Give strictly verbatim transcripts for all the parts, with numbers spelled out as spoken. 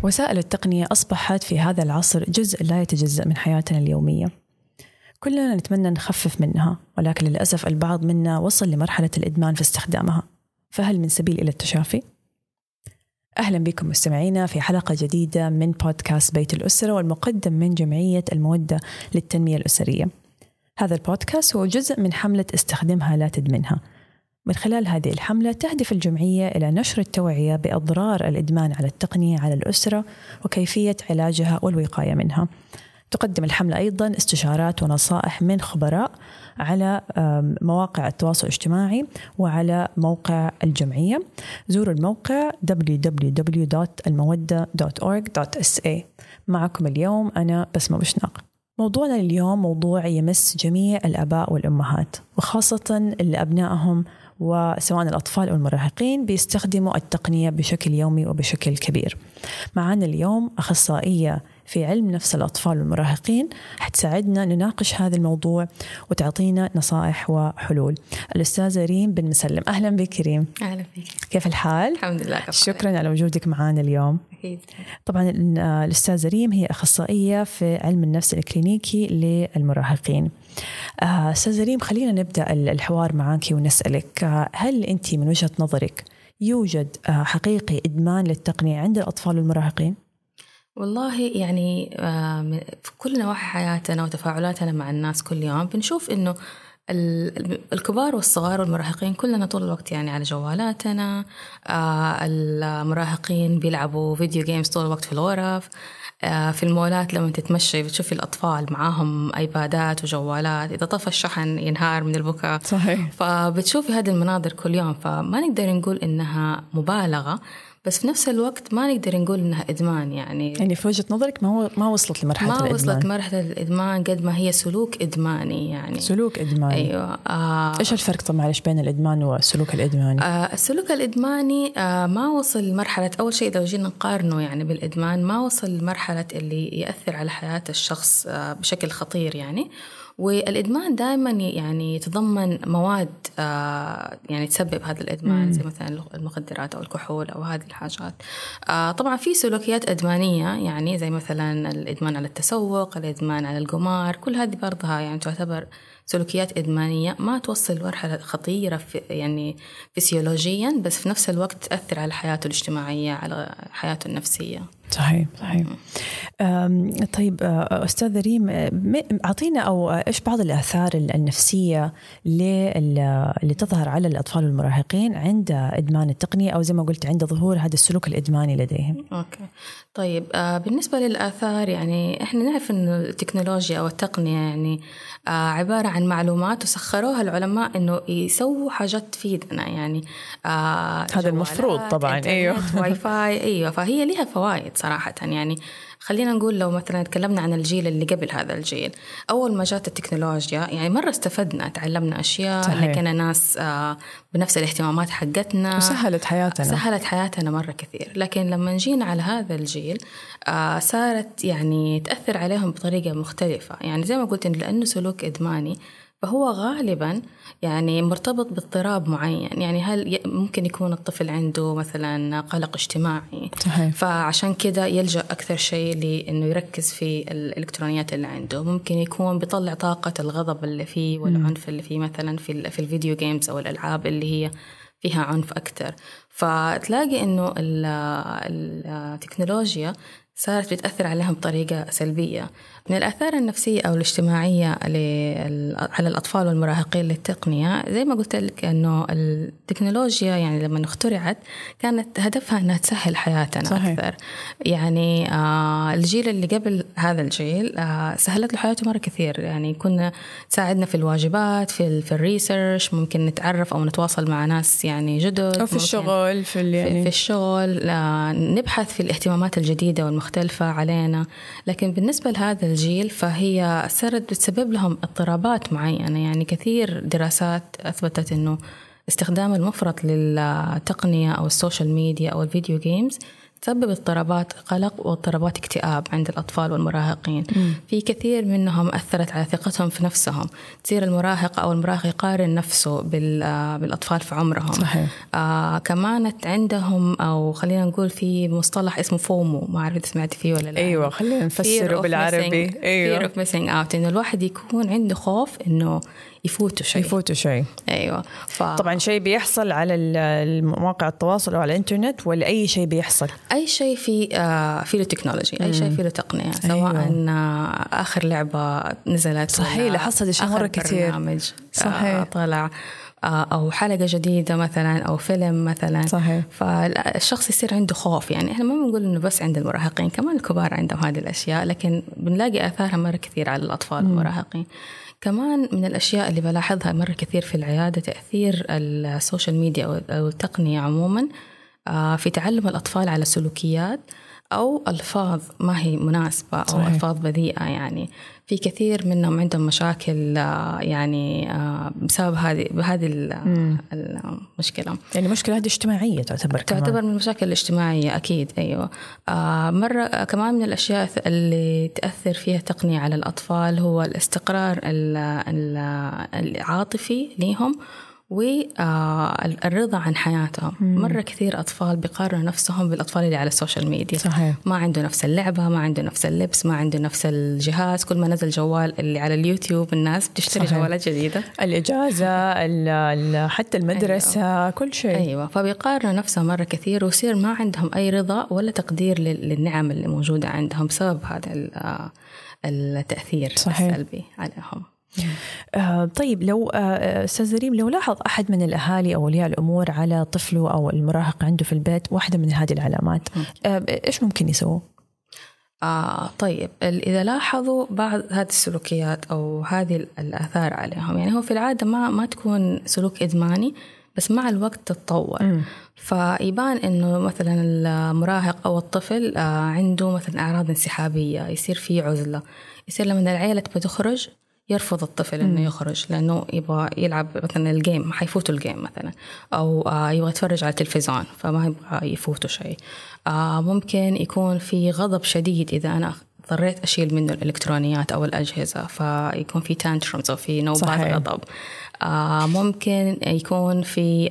وسائل التقنية أصبحت في هذا العصر جزء لا يتجزأ من حياتنا اليومية. كلنا نتمنى نخفف منها، ولكن للأسف البعض منا وصل لمرحلة الإدمان في استخدامها، فهل من سبيل إلى التشافي؟ أهلا بكم مستمعينا في حلقة جديدة من بودكاست بيت الأسرة، والمقدم من جمعية المودة للتنمية الأسرية. هذا البودكاست هو جزء من حملة استخدمها لا تدمنها. من خلال هذه الحملة تهدف الجمعية إلى نشر التوعية بأضرار الإدمان على التقنية على الأسرة وكيفية علاجها والوقاية منها. تقدم الحملة أيضاً استشارات ونصائح من خبراء على مواقع التواصل الاجتماعي وعلى موقع الجمعية. زوروا الموقع دبليو دبليو دبليو دوت المودة دوت أورغ دوت إس إيه. معكم اليوم أنا بسمة بشناق. موضوعنا اليوم موضوع يمس جميع الآباء والأمهات، وخاصة اللي أبنائهم وسواء الأطفال أو المراهقين بيستخدموا التقنية بشكل يومي وبشكل كبير. معنا اليوم أخصائية في علم نفس الأطفال والمراهقين حتساعدنا نناقش هذا الموضوع وتعطينا نصائح وحلول. الأستاذة ريم بن مسلم، أهلا بك ريم. أهلا بك. كيف الحال؟ الحمد لله. شكرا على وجودك معنا اليوم. أكيد. طبعا الأستاذة ريم هي أخصائية في علم النفس الكلينيكي للمراهقين. أستاذة ريم، خلينا نبدأ الحوار معك ونسألك، هل أنت من وجهة نظرك يوجد حقيقي إدمان للتقنية عند الأطفال والمراهقين؟ والله يعني في كل نواحي حياتنا وتفاعلاتنا مع الناس كل يوم بنشوف إنه الكبار والصغار والمراهقين كلنا طول الوقت يعني على جوالاتنا. المراهقين بيلعبوا فيديو جيمز طول الوقت في الغرف. في المولات لما تتمشي بتشوفي الأطفال معاهم أيبادات وجوالات، إذا طفى الشحن ينهار من البكاء. صحيح. فبتشوفي هذه المناظر كل يوم، فما نقدر نقول إنها مبالغة، بس في نفس الوقت ما نقدر نقول إنها إدمان. يعني يعني في وجهة نظرك ما هو ما وصلت لمرحلة ما الإدمان؟ ما وصلت مرحلة الإدمان قد ما هي سلوك إدماني. يعني سلوك إدماني. أيوة. آه إيش الفرق طبعا معلش بين الإدمان والسلوك الإدماني؟ آه السلوك الإدماني آه ما وصل لمرحلة، أول شيء إذا جينا نقارنه يعني بالإدمان، ما وصل لمرحلة اللي يأثر على حياة الشخص آه بشكل خطير يعني. والإدمان دائما يعني يتضمن مواد آه يعني تسبب هذا الإدمان، مم. زي مثلا المخدرات أو الكحول أو هذه الحاجات. آه طبعا في سلوكيات إدمانية يعني زي مثلا الإدمان على التسوق، الإدمان على القمار، كل هذه برضها يعني تعتبر سلوكيات إدمانية ما توصل لمرحلة خطيرة في يعني فسيولوجيا، بس في نفس الوقت تأثر على حياته الاجتماعية، على حياته النفسية. صحيح صحيح. طيب أستاذ ريم، أعطينا أو إيش بعض الآثار النفسية اللي تظهر على الأطفال والمراهقين عند إدمان التقنية، أو زي ما قلت عند ظهور هذا السلوك الإدماني لديهم؟ أوكي. طيب بالنسبة للآثار، يعني إحنا نعرف إنه التكنولوجيا أو التقنية يعني عبارة عن معلومات وسخروها العلماء إنه يسووا حاجات تفيدنا يعني. هذا المفروض طبعا. أيوه. واي فاي. أيوه. فهي لها فوائد صراحة. يعني خلينا نقول لو مثلا تكلمنا عن الجيل اللي قبل هذا الجيل، أول ما جات التكنولوجيا يعني مرة استفدنا، تعلمنا أشياء، لقينا ناس بنفس الاهتمامات حقتنا وسهلت حياتنا سهلت حياتنا مرة كثير. لكن لما نجينا على هذا الجيل صارت يعني تأثر عليهم بطريقة مختلفة. يعني زي ما قلت إن لأنه سلوك إدماني فهو غالباً يعني مرتبط باضطراب معين. يعني هل ممكن يكون الطفل عنده مثلاً قلق اجتماعي، صحيح. فعشان كده يلجأ أكثر شيء لأنه يركز في الإلكترونيات اللي عنده. ممكن يكون بيطلع طاقة الغضب اللي فيه والعنف اللي فيه مثلاً في في الفيديو جيمز أو الألعاب اللي هي فيها عنف أكتر. فتلاقي إنه التكنولوجيا صارت بتأثر عليهم بطريقة سلبية. من الآثار النفسية أو الاجتماعية على الأطفال والمراهقين للتقنية، زي ما قلت لك أنه التكنولوجيا يعني لما اخترعت كانت هدفها أنها تسهل حياتنا. صحيح. أكثر. يعني آه الجيل اللي قبل هذا الجيل آه سهلت له حياته مرة كثير. يعني كنا تساعدنا في الواجبات، في, في الريسيرش، ممكن نتعرف أو نتواصل مع ناس يعني جدد، أو في الشغل في, يعني في, في الشغل آه نبحث في الاهتمامات الجديدة والمختلفة علينا. لكن بالنسبة لهذا الجيل فهي صارت بتسبب لهم اضطرابات معينة. يعني كثير دراسات أثبتت أنه استخدام المفرط للتقنية أو السوشيال ميديا أو الفيديو جيمز تسبب اضطرابات قلق واضطرابات اكتئاب عند الأطفال والمراهقين. م. في كثير منهم أثرت على ثقتهم في نفسهم، تصير المراهق أو المراهق يقارن نفسه بالأطفال في عمرهم. صحيح. آه كمان عندهم، أو خلينا نقول في مصطلح اسمه فومو، ما أعرف إذا سمعت فيه ولا لا. أيوة، خلينا نفسره بالعربي. missing, أيوة. fear of missing out، إنه الواحد يكون عنده خوف إنه يفوتوا شيء يفوتوا شيء أيوة. ف... طبعا شيء بيحصل على المواقع التواصل أو على الإنترنت، ولا أي شيء بيحصل، أي شيء في آه فيه له تكنولوجي، أي شيء فيه له تقنية. سواء أيوة. آه آخر لعبة نزلت، صحيح، لاحظت هذا الشيء مرة كثير. برنامج صحيح. آه طلع آه أو حلقة جديدة مثلا، أو فيلم مثلا. صحيح. فالشخص يصير عنده خوف. يعني إحنا ما بنقول إنه بس عند المراهقين، كمان الكبار عندهم هذه الأشياء، لكن بنلاقي آثارها مرة كثير على الأطفال والمراهقين. كمان من الأشياء اللي بلاحظها مرة كثير في العيادة تأثير السوشيال ميديا أو التقنية عموما في تعلم الأطفال على سلوكيات أو ألفاظ ما هي مناسبة أو صحيح. ألفاظ بذيئة. يعني في كثير منهم عندهم مشاكل يعني بسبب هذه بهذه المشكلة. يعني مشكلة هذه اجتماعية تعتبر تعتبر كمان من المشاكل الاجتماعية أكيد. أيوة. مرة كمان من الأشياء اللي تأثر فيها التقنية على الأطفال هو الاستقرار العاطفي ليهم والرضا عن حياتهم. مم. مرة كثير أطفال بيقارنوا نفسهم بالأطفال اللي على السوشيال ميديا. صحيح. ما عنده نفس اللعبة، ما عنده نفس اللبس، ما عنده نفس الجهاز. كل ما نزل جوال اللي على اليوتيوب الناس بتشتري صحيح. جوالات جديدة، الإجازة، حتى المدرسة. أيوة. كل شيء. أيوة. فبيقارنوا نفسهم مرة كثير، ويصير ما عندهم أي رضا ولا تقدير للنعم اللي موجودة عندهم بسبب هذا التأثير صحيح. السلبي عليهم. آه طيب، لو آه أستاذ ريم، لو لاحظ أحد من الأهالي أو أولياء الأمور على طفله أو المراهق عنده في البيت واحدة من هذه العلامات، آه إيش ممكن يسووا؟ آه طيب، إذا لاحظوا بعض هذه السلوكيات أو هذه الآثار عليهم، يعني هو في العادة ما ما تكون سلوك إدماني، بس مع الوقت تتطور. م. فيبان إنه مثلا المراهق أو الطفل آه عنده مثلا أعراض انسحابية، يصير فيه عزلة، يصير لما العيلة تبغى تخرج يرفض الطفل إنه يخرج لأنه يبغى يلعب مثلا الجيم، حيفوتوا الجيم مثلا، أو يبغى يتفرج على التلفزيون فما يبغى يفوتوا شيء. ممكن يكون في غضب شديد إذا أنا اضطريت أشيل منه الإلكترونيات أو الأجهزة، فيكون في تانترمز أو في نوبات غضب. ممكن يكون في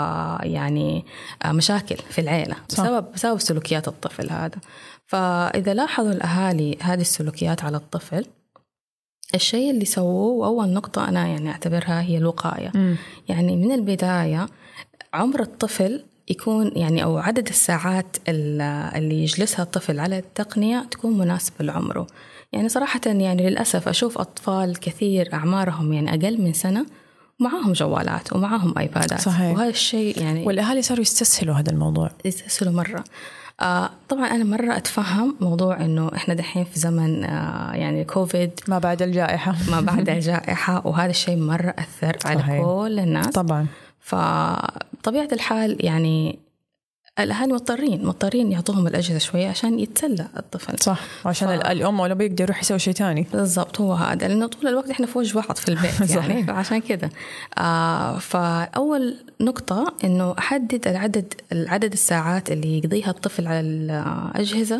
يعني مشاكل في العيلة بسبب بسبب سلوكيات الطفل هذا. فإذا لاحظوا الأهالي هذه السلوكيات على الطفل، الشيء اللي سووه أول نقطة أنا يعني أعتبرها هي الوقاية. م. يعني من البداية عمر الطفل يكون يعني أو عدد الساعات اللي يجلسها الطفل على التقنية تكون مناسبة لعمره. يعني صراحة يعني للأسف أشوف أطفال كثير أعمارهم يعني أقل من سنة معاهم جوالات ومعاهم آيبادات. صحيح. وهذا الشيء يعني والأهالي صاروا يستسهلوا هذا الموضوع، يستسهلوا مرة. آه طبعا أنا مرة أتفهم موضوع إنه إحنا دحين في زمن آه يعني كوفيد، ما بعد الجائحة ما بعد الجائحة وهذا الشيء مرة أثر على صحيح. كل الناس طبعا. فطبيعة الحال يعني الأهالي مضطرين مضطرين يعطوهم الأجهزة شوية عشان يتسلى الطفل. صح، وعشان ف... الأم ولا بيقدر يروح يسوي شيء تاني. بالضبط، هو هذا، لأنه طول الوقت إحنا في وجه واحد في البيت يعني فعشان كده آه فأول نقطة إنه أحدد العدد العدد الساعات اللي يقضيها الطفل على الأجهزة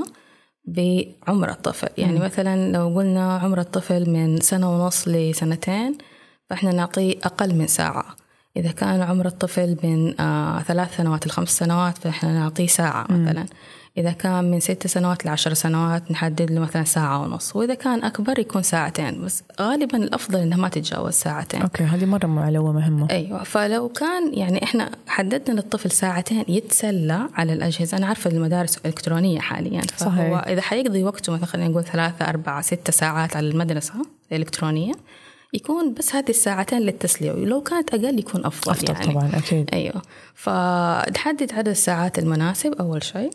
بعمر الطفل. يعني م. مثلا لو قلنا عمر الطفل من سنة ونص لسنتين فإحنا نعطيه أقل من ساعة. إذا كان عمر الطفل من آه ثلاث سنوات لخمس سنوات فإحنا نعطيه ساعة مثلا. م. إذا كان من ست سنوات لعشر سنوات نحدد له مثلا ساعة ونص، وإذا كان أكبر يكون ساعتين، بس غالبا الأفضل إنها ما تتجاوز ساعتين. أوكي، هذه مرة معلومة مهمة. أيوة، فلو كان يعني إحنا حددنا للطفل ساعتين يتسلى على الأجهزة، أنا عارفة المدارس الإلكترونية حاليا، فهو صحيح. إذا حيقضي وقته مثلا خلينا نقول ثلاثة أربعة ستة ساعات على المدرسة الإلكترونية، يكون بس هذه الساعتين للتسلية، ولو كانت أقل يكون أفضل, أفضل يعني. طبعا أكيد. أيوة، فنحدد عدد الساعات المناسب أول شيء.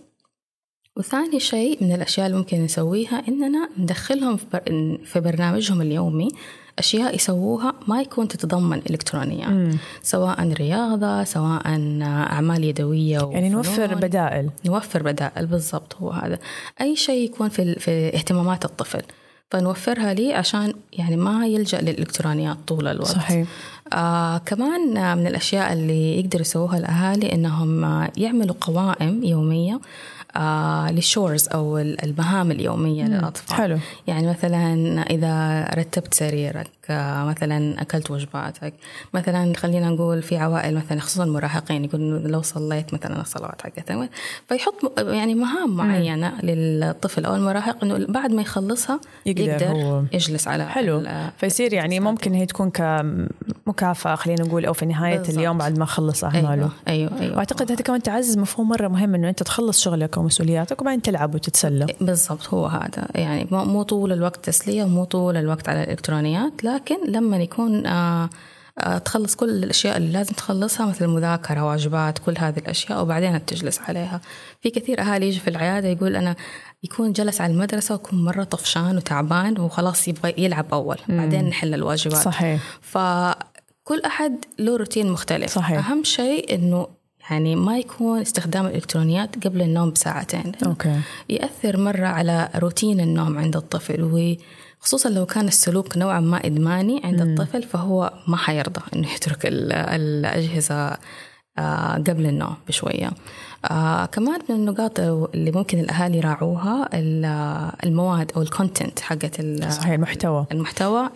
وثاني شيء من الأشياء اللي ممكن نسويها إننا ندخلهم في برنامجهم اليومي أشياء يسووها ما يكون تتضمن إلكترونيات. م. سواء رياضة، سواء أعمال يدوية، يعني نوفر بدائل. نوفر بدائل بالضبط، هو هذا. أي شيء يكون في, في اهتمامات الطفل فنوفرها لي عشان يعني ما يلجأ للإلكترونيات طول الوقت. صحيح. آه كمان من الأشياء اللي يقدر يسووها الأهالي إنهم يعملوا قوائم يومية آه للشورز أو المهام اليومية مم. للأطفال. حلو. يعني مثلا إذا رتبت سريرك، آه مثلا أكلت وجباتك، مثلا خلينا نقول في عوائل مثلا خصوصا المراهقين يقولون لو صليت مثلا الصلوات حقتها، فيحط يعني مهام معينة مم. للطفل أو المراهق إنه بعد ما يخلصها يقدر, يقدر هو يجلس على حلو. فيصير يعني ممكن هي تكون كمكافأة خلينا نقول أو في نهاية بالضبط. اليوم بعد ما خلص أعماله. أيوة. أيوة. أيوة. وأعتقد هذا كمان تعزز مفهوم مرة مهم إنه أنت تخلص شغلك ومسؤولياتك وبعدين تلعب وتتسلى. بالضبط هو هذا، يعني مو طول الوقت تسلية ومو طول الوقت على الإلكترونيات، لكن لما يكون آه آه تخلص كل الأشياء اللي لازم تخلصها مثل المذاكرة واجبات كل هذه الأشياء وبعدين تجلس عليها. في كثير أهالي يجي في العيادة يقول أنا يكون جلس على المدرسة ويكون مرة طفشان وتعبان وخلاص يبغى يلعب أول مم. بعدين نحل الواجبات. صحيح. فكل أحد له روتين مختلف. صحيح. أهم شيء إنه يعني ما يكون استخدام الإلكترونيات قبل النوم بساعتين. أوكي. يأثر مرة على روتين النوم عند الطفل، وخصوصا لو كان السلوك نوعا ما إدماني عند م. الطفل فهو ما حيرضى إنه يترك الأجهزة قبل النوم بشوية. آه كمان من النقاط اللي ممكن الأهالي يراعوها المواد أو الكونتنت حقت صحيح المحتوى المحتوى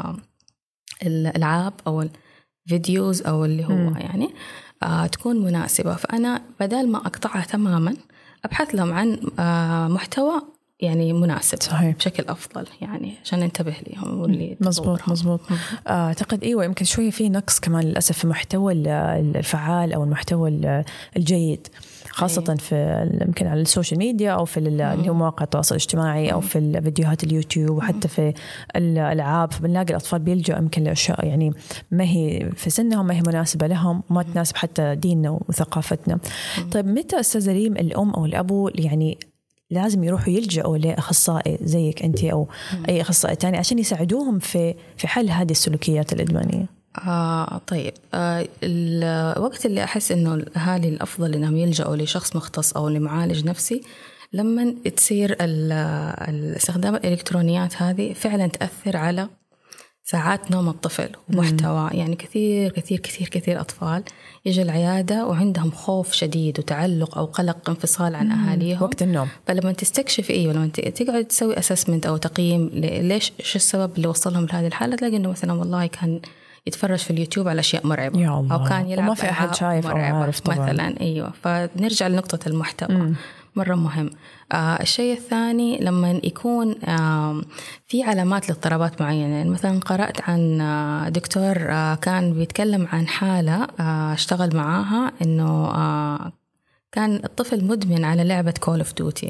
الألعاب أو الفيديوز أو اللي هو م. يعني آه تكون مناسبة. فأنا بدل ما أقطعها تماما أبحث لهم عن آه محتوى يعني مناسب. صحيح. بشكل أفضل يعني عشان ننتبه لهم واللي مزبوط مزبوط. أعتقد إيوه يمكن شوية في نقص كمان للأسف في المحتوى الفعال أو المحتوى الجيد خاصة أيه. في يمكن على السوشيال ميديا أو في اللي هو مواقع التواصل الاجتماعي أو في الفيديوهات اليوتيوب وحتى في الألعاب. بنلاقي الأطفال بيلجأوا يمكن لأشياء يعني ما هي في سنهم ما هي مناسبة لهم وما تناسب حتى ديننا وثقافتنا. طيب متى أستاذ ريم الأم أو الأبو يعني لازم يروحوا يلجأوا لأخصائي زيك أنت أو أي أخصائي تاني عشان يساعدوهم في في حل هذه السلوكيات الإدمانية؟ آه طيب آه الوقت اللي أحس إنه الأهالي الأفضل إنهم يلجأوا لشخص مختص أو لمعالج نفسي لما تصير الاستخدام الإلكترونيات هذه فعلا تأثر على ساعات نوم الطفل ومحتوى. يعني كثير كثير كثير كثير أطفال يجي العيادة وعندهم خوف شديد وتعلق أو قلق انفصال عن أهاليهم وقت النوم. فلما تستكشف إيه ولما تقعد تسوي أسسمنت أو تقييم ليش إيش السبب اللي وصلهم لهذه الحالة تلاقي إنه مثلا والله كان يتفرج في اليوتيوب على أشياء مرعبة أو كان يلعب وما في أحد شايف أو عارف طبعا. مثلا أيوة. فنرجع لنقطة المحتوى مم. مرة مهم. آه الشيء الثاني لما يكون آه في علامات لاضطرابات معينة. يعني مثلا قرأت عن آه دكتور آه كان بيتكلم عن حالة آه اشتغل معاها إنه آه كان الطفل مدمن على لعبة كول اوف دوتي.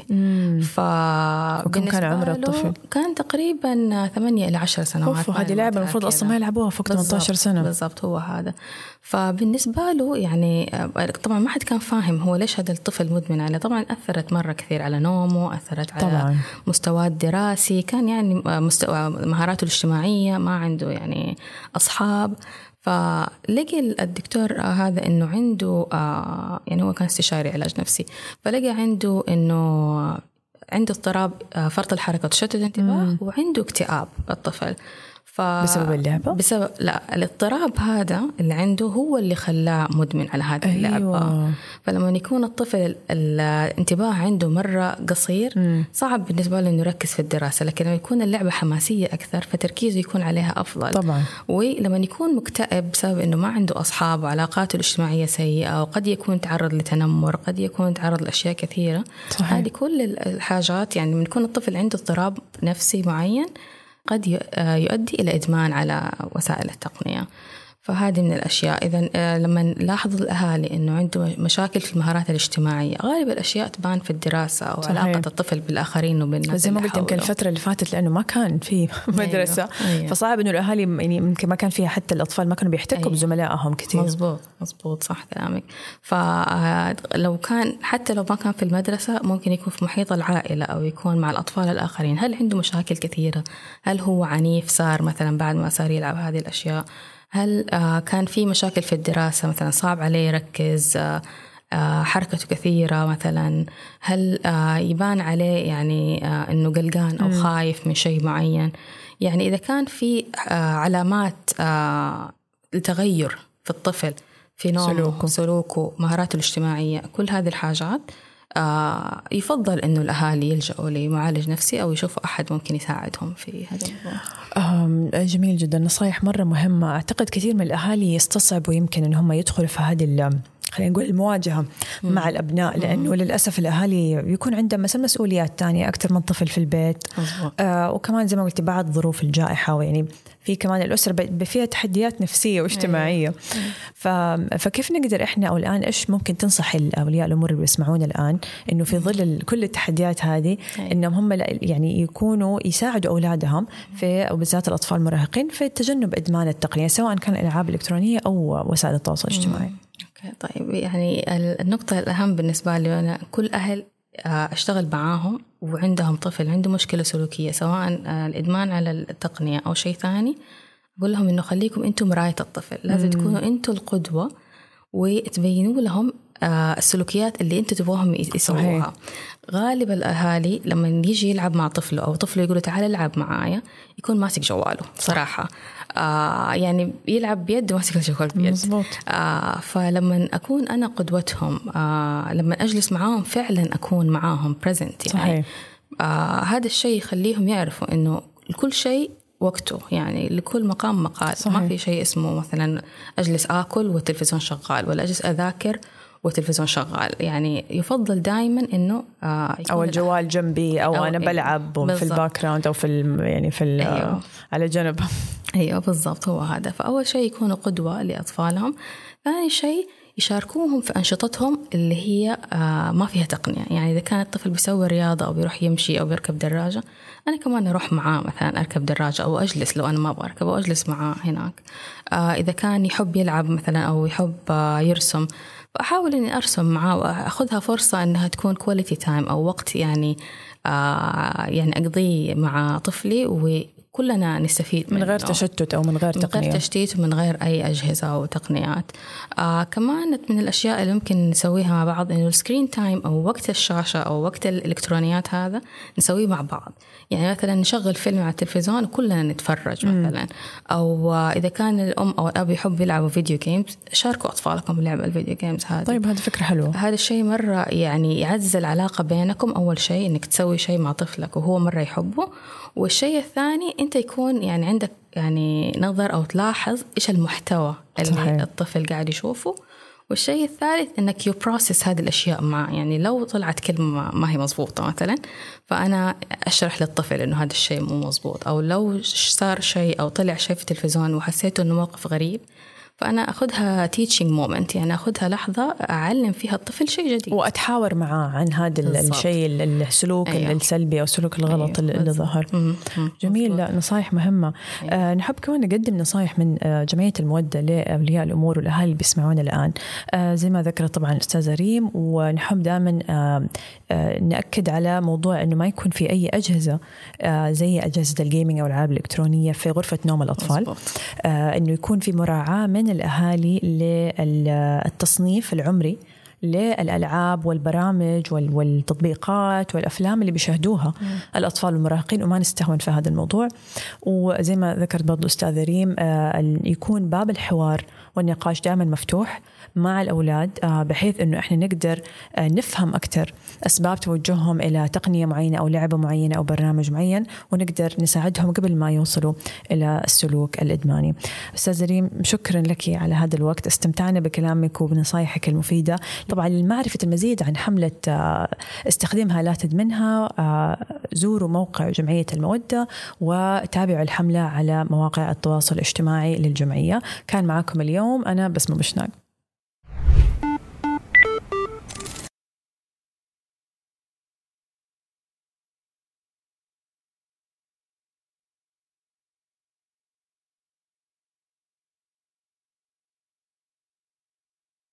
وكم كان عمر الطفل؟ كان تقريبا ثمانية إلى عشر سنوات. هذه لعبة المفروض أصلا ما يلعبوها فوق ثمانية عشر سنة. بالضبط هو هذا. فبالنسبة له يعني طبعا ما حد كان فاهم هو ليش هذا الطفل مدمن عليه. طبعا أثرت مرة كثير على نومه، أثرت على طبعاً. مستواه الدراسي، كان يعني مستوى مهاراته الاجتماعية ما عنده يعني أصحاب. فلقي الدكتور هذا إنه عنده آه يعني هو كان استشاري علاج نفسي، فلقى عنده إنه عنده اضطراب آه فرط الحركة وتشتت الانتباه وعنده اكتئاب الطفل. ف... بسبب اللعبة؟ بسبب لا الاضطراب هذا اللي عنده هو اللي خلاه مدمن على هذه اللعبة. أيوة. فلما يكون الطفل الانتباه عنده مرة قصير مم. صعب بالنسبة له إنه يركز في الدراسة، لكن لما يكون اللعبة حماسية أكثر فتركيزه يكون عليها أفضل طبعا. ولما يكون مكتئب بسبب إنه ما عنده أصحاب وعلاقاته الاجتماعية سيئة وقد يكون تعرض لتنمر، قد يكون تعرض لأشياء كثيرة. هذه كل الحاجات يعني من يكون الطفل عنده اضطراب نفسي معين قد يؤدي إلى إدمان على وسائل التقنية. فهذه من الأشياء. إذن لما نلاحظ الأهالي إنه عنده مشاكل في المهارات الاجتماعية غالب الأشياء تبان في الدراسة أو صحيح. علاقة الطفل بالآخرين وبالناس. زي ما قلت يمكن الفترة اللي فاتت لأنه ما كان في مدرسة أيوه. أيوه. فصعب إنه الأهالي يعني ممكن ما كان فيها حتى الأطفال ما كانوا بيحتكوا أيوه. بزملائهم كتير. مزبوط مزبوط صح كلامك. فلو كان حتى لو ما كان في المدرسة ممكن يكون في محيط العائلة أو يكون مع الأطفال الآخرين. هل عنده مشاكل كثيرة؟ هل هو عنيف صار مثلا بعد ما صار يلعب هذه الأشياء؟ هل آه كان في مشاكل في الدراسة مثلا صعب عليه يركز، آه آه حركته كثيرة مثلا؟ هل آه يبان عليه يعني آه إنه قلقان أو خايف من شيء معين؟ يعني إذا كان في آه علامات آه التغير في الطفل في نومه سلوكه, سلوكه مهاراته الاجتماعية كل هذه الحاجات آه يفضل إنه الأهالي يلجأوا لمعالج نفسي أو يشوفوا أحد ممكن يساعدهم في هذا الموضوع. جميل جدا، نصايح مرة مهمة. أعتقد كثير من الأهالي يستصعبوا يمكن إن هم يدخلوا في هذه خلينا نقول المواجهة مم. مع الأبناء، لأنه للأسف الأهالي يكون عندهم مثلا مسؤوليات تانية أكثر من طفل في البيت. آه وكمان زي ما قلت بعض ظروف الجائحة، ويعني في كمان الأسرة فيها تحديات نفسية واجتماعية. فكيف نقدر إحنا أو الآن إيش ممكن تنصح الأولياء الأمور اللي بيسمعونا الآن إنه في ظل كل التحديات هذه إنهم هم يعني يكونوا يساعدوا أولادهم في وبالذات الأطفال المراهقين في تجنب إدمان التقنية سواء كان الألعاب الإلكترونية أو وسائل التواصل الاجتماعي؟ طيب، يعني النقطة الأهم بالنسبة لي أنا كل أهل أشتغل معاهم وعندهم طفل عنده مشكلة سلوكية سواء الإدمان على التقنية أو شيء ثاني، أقول لهم إنه خليكم أنتم مراية الطفل، لازم تكونوا أنتم القدوة وتبينوا لهم السلوكيات اللي أنتم تبغوهم يسووها. غالب الأهالي لما يجي يلعب مع طفله أو طفله يقوله تعال العب معايا يكون ماسك جواله صراحة. آه يعني يلعب بيد وماسك الجوال بيد. آه فلما أكون أنا قدوتهم، آه لما أجلس معاهم فعلا أكون معاهم present يعني. آه هذا الشيء يخليهم يعرفوا إنه كل شيء وقته، يعني لكل مقام مقال. صحيح. ما في شيء اسمه مثلا أجلس آكل والتلفزيون شغال، ولا أجلس أذاكر والتلفزيون شغال. يعني يفضل دائما إنه آه أو الجوال جنبي أو, أو أنا بلعب بالزبط. في الباك جراوند أو في يعني في أيوه. على جنب. أيوة بالضبط، هو هذا. فأول شيء يكونوا قدوة لأطفالهم. ثاني شيء يشاركوهم في أنشطتهم اللي هي آه ما فيها تقنية. يعني إذا كان الطفل بيسوي رياضة أو بيروح يمشي أو بيركب دراجة، أنا كمان أروح معاه مثلا أركب دراجة أو أجلس لو أنا ما أبغى أركب أو أجلس معاه هناك. آه إذا كان يحب يلعب مثلا أو يحب آه يرسم، فأحاول إني أرسم معاه وأخذها فرصة أنها تكون quality time أو وقت يعني آه يعني أقضيه مع طفلي وكلنا نستفيد من غير تشتت أو من غير تقنية، من غير تشتيت ومن غير أي أجهزة أو تقنيات. آه كمان من الأشياء اللي ممكن نسويها مع بعض إنه السكرين تايم أو وقت الشاشة أو وقت الإلكترونيات هذا نسويه مع بعض. يعني مثلا نشغل فيلم على التلفزيون وكلنا نتفرج مثلا م. أو إذا كان الأم أو الأب يحب يلعبوا فيديو جيمز، شاركوا أطفالكم لعب الفيديو جيمز هذه. طيب هذا فكرة حلوة. هذا الشيء مرة يعني يعزز العلاقة بينكم. أول شيء إنك تسوي شيء مع طفلك وهو مرة يحبه، والشيء الثاني أنت يكون يعني عندك يعني نظر أو تلاحظ إيش المحتوى اللي صحيح. الطفل قاعد يشوفه. والشيء الثالث إنك يبروسس هذه الأشياء معه. يعني لو طلعت كلمة ما هي مضبوطة مثلا، فأنا أشرح للطفل إنه هذا الشيء مو مضبوط. أو لو صار شيء أو طلع شيء في التلفزيون وحسيته إنه موقف غريب، فأنا أخذها teaching moment، يعني أخذها لحظة أعلم فيها الطفل شيء جديد وأتحاور معاه عن هذا الشيء السلوك أيوه. السلبي أو السلوك الغلط أيوه. اللي ظهر. جميل، لا نصايح مهمة. أيوه. آه نحب كمان نقدم نصايح من آه جمعية المودة لأولياء الأمور والأهالي اللي بيسمعونا الآن. آه زي ما ذكرت طبعا أستاذة ريم، ونحب دائما آه آه نأكد على موضوع إنه ما يكون في أي أجهزة آه زي أجهزة الجيمينج أو الألعاب الإلكترونية في غرفة نوم الأطفال. آه إنه يكون في مراعاة من الأهالي للتصنيف العمري للألعاب والبرامج والتطبيقات والأفلام اللي بيشاهدوها م. الأطفال والمراهقين، وما نستهون في هذا الموضوع. وزي ما ذكرت برضو أستاذة ريم، يكون باب الحوار والنقاش دائما مفتوح مع الأولاد، بحيث أنه إحنا نقدر نفهم أكثر أسباب توجههم إلى تقنية معينة أو لعبة معينة أو برنامج معين، ونقدر نساعدهم قبل ما يوصلوا إلى السلوك الإدماني. أستاذة ريم، شكرا لك على هذا الوقت، استمتعنا بكلامك وبنصايحك المفيدة. طبعا لمعرفة المزيد عن حملة استخدمها لا تدمنها، زوروا موقع جمعية المودة وتابعوا الحملة على مواقع التواصل الاجتماعي للجمعية. كان معكم اليوم أنا بسمة بشناق.